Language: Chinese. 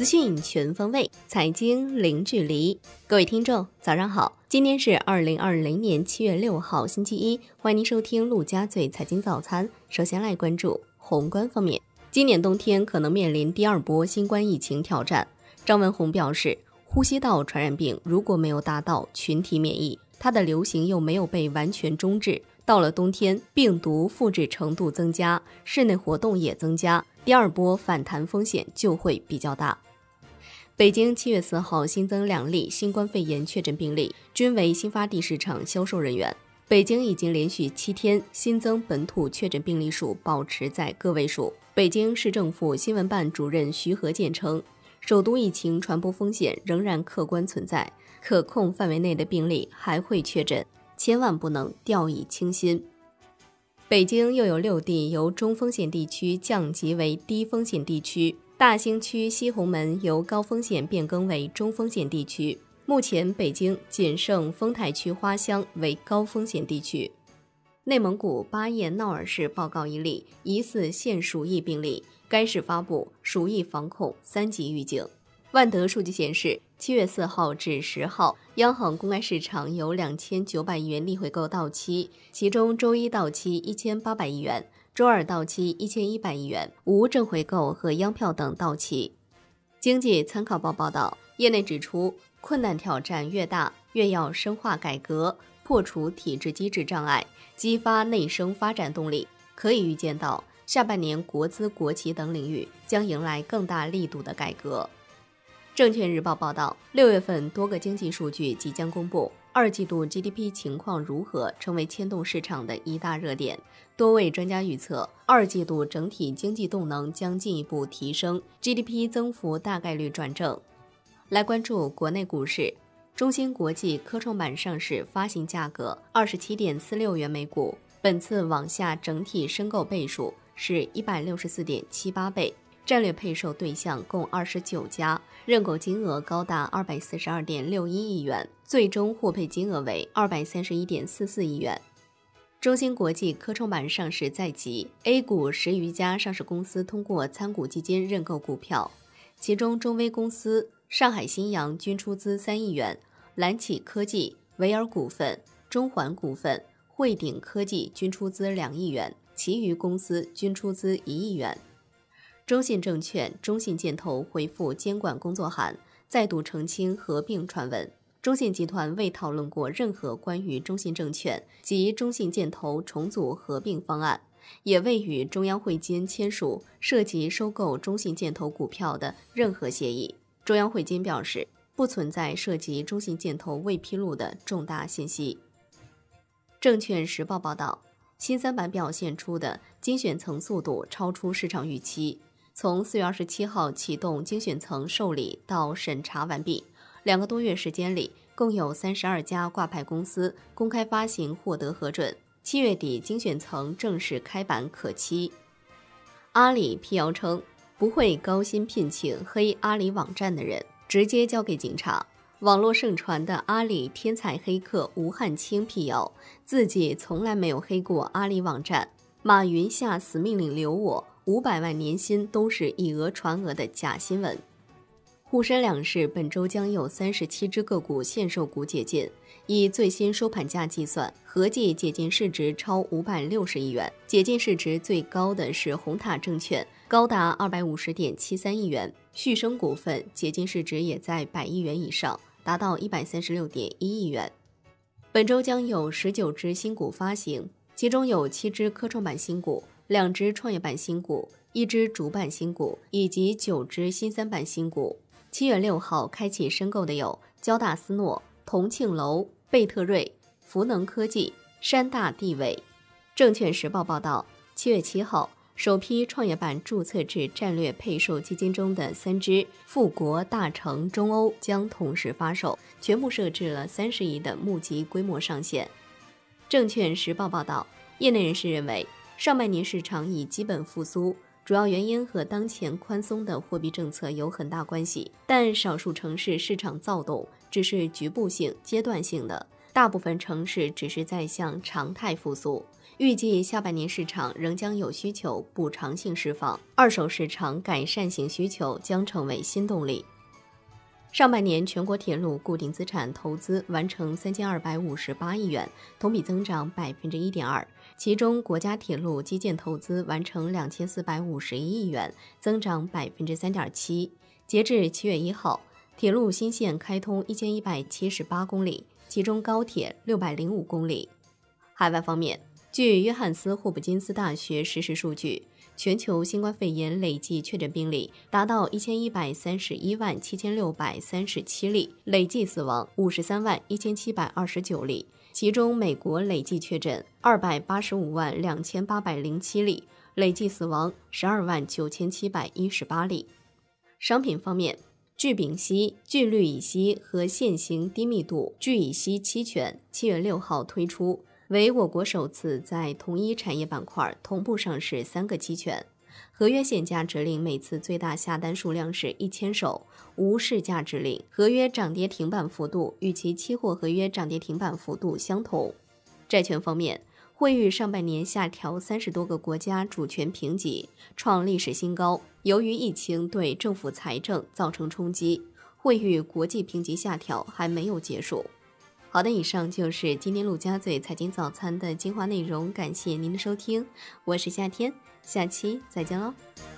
资讯全方位，财经零距离。各位听众，早上好！今天是2020年7月6号，星期一，欢迎您收听陆家嘴财经早餐。首先来关注宏观方面，今年冬天可能面临第二波新冠疫情挑战。张文宏表示，呼吸道传染病如果没有达到群体免疫，它的流行又没有被完全终止，到了冬天，病毒复制程度增加，室内活动也增加，第二波反弹风险就会比较大。北京7月4号新增2例新冠肺炎确诊病例，均为新发地市场销售人员。北京已经连续7天新增本土确诊病例数保持在个位数。北京市政府新闻办主任徐和建称，首都疫情传播风险仍然客观存在，可控范围内的病例还会确诊，千万不能掉以轻心。北京又有6地由中风险地区降级为低风险地区，大兴区西红门由高风险变更为中风险地区。目前北京仅剩丰台区花乡为高风险地区。内蒙古巴彦淖尔市报告1例疑似现鼠疫病例，该市发布鼠疫防控3级预警。万德数据显示，7月4号至10号，央行公开市场有2900亿元逆回购到期，其中周一到期1800亿元，周二到期1100亿元，无正回购和央票等到期。经济参考报报道，业内指出，困难挑战越大，越要深化改革，破除体制机制障碍，激发内生发展动力。可以预见到，下半年国资国企等领域将迎来更大力度的改革。证券日报报道，6月份多个经济数据即将公布，2季度 GDP 情况如何成为牵动市场的一大热点。多位专家预测，2季度整体经济动能将进一步提升， GDP 增幅大概率转正。来关注国内股市，中芯国际科创板上市发行价格 27.46 元每股，本次往下整体申购倍数是 164.78 倍，战略配售对象共29家，认购金额高达 242.61 亿元，最终获配金额为 231.44 亿元。中芯国际科创板上市在即， A 股10余家上市公司通过参股基金认购股票，其中中微公司、上海新阳均出资3亿元，蓝启科技、维尔股份、中环股份、汇顶科技均出资2亿元，其余公司均出资1亿元。中信证券、中信建投回复监管工作函，再度澄清合并传闻。中信集团未讨论过任何关于中信证券及中信建投重组合并方案，也未与中央汇金签署涉及收购中信建投股票的任何协议。中央汇金表示，不存在涉及中信建投未披露的重大信息。证券时报报道，新三板表现出的精选层速度超出市场预期。从4月27号启动精选层受理到审查完毕，2个多月时间里，共有32家挂牌公司公开发行获得核准。7月底精选层正式开板可期。阿里辟谣称，不会高薪聘请黑阿里网站的人，直接交给警察。网络盛传的阿里天才黑客吴汉清辟谣，自己从来没有黑过阿里网站，马云下死命令留我，500万年薪都是以讹传讹的假新闻。沪深两市本周将有37只个股限售股解禁，以最新收盘价计算，合计解禁市值超560亿元。解禁市值最高的是红塔证券，高达250.73亿元，旭升股份解禁市值也在100亿元以上，达到136.1亿元。本周将有19只新股发行，其中有7只科创板新股、2只创业板新股、1只主板新股以及9只新三板新股。7月6号开启申购的有交大思诺、同庆楼、贝特瑞、福能科技、山大地伟。证券时报报道，7月7号，首批创业板注册制战略配售基金中的3只富国、大成、中欧将同时发售，全部设置了30亿的募集规模上限。证券时报报道，业内人士认为，上半年市场已基本复苏，主要原因和当前宽松的货币政策有很大关系，但少数城市市场躁动只是局部性、阶段性的，大部分城市只是在向常态复苏。 预计下半年市场仍将有需求补偿性释放，二手市场改善型需求将成为新动力。上半年全国铁路固定资产投资完成3258亿元，同比增长1.2%，其中国家铁路基建投资完成2451亿元，增长3.7%。截至7月1号，铁路新线开通1178公里，其中高铁605公里。海外方面，据约翰斯霍普金斯大学实时数据，全球新冠肺炎累计确诊病例达到11317637例，累计死亡531729例，其中美国累计确诊2852807例，累计死亡129718例。商品方面，聚丙烯、聚氯乙烯和线性低密度聚乙烯期权7月6号推出，为我国首次在同一产业板块同步上市3个期权，合约限价指令每次最大下单数量是1000手，无市价指令，合约涨跌停板幅度与其期货合约涨跌停板幅度相同。债券方面，惠誉上半年下调30多个国家主权评级，创历史新高。由于疫情对政府财政造成冲击，惠誉国际评级下调还没有结束。好的，以上就是今天陆家嘴财经早餐的精华内容，感谢您的收听，我是夏天，下期再见喽。